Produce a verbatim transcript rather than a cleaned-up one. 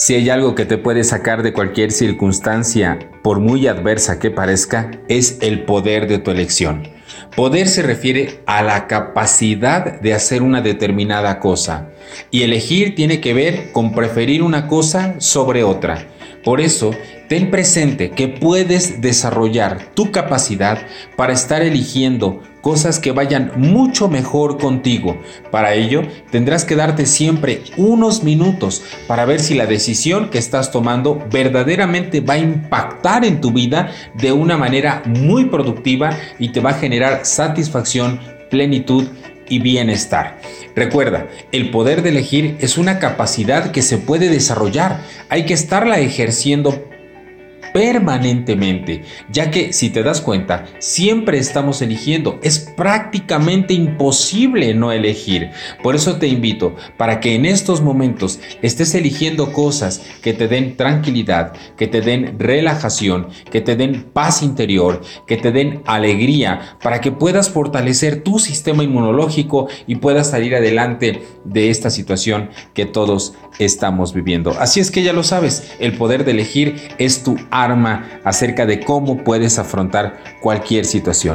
Si hay algo que te puede sacar de cualquier circunstancia, por muy adversa que parezca, es el poder de tu elección. Poder se refiere a la capacidad de hacer una determinada cosa, y elegir tiene que ver con preferir una cosa sobre otra. Por eso, ten presente que puedes desarrollar tu capacidad para estar eligiendo cosas que vayan mucho mejor contigo. Para ello, tendrás que darte siempre unos minutos para ver si la decisión que estás tomando verdaderamente va a impactar en tu vida de una manera muy productiva y te va a generar satisfacción, plenitud y bienestar. Recuerda, el poder de elegir es una capacidad que se puede desarrollar. Hay que estarla ejerciendo permanentemente, ya que si te das cuenta, siempre estamos eligiendo. Es prácticamente imposible no elegir. Por eso te invito para que en estos momentos estés eligiendo cosas que te den tranquilidad, que te den relajación, que te den paz interior, que te den alegría, para que puedas fortalecer tu sistema inmunológico y puedas salir adelante de esta situación que todos estamos viviendo. Así es que ya lo sabes, el poder de elegir es tu arma acerca de cómo puedes afrontar cualquier situación.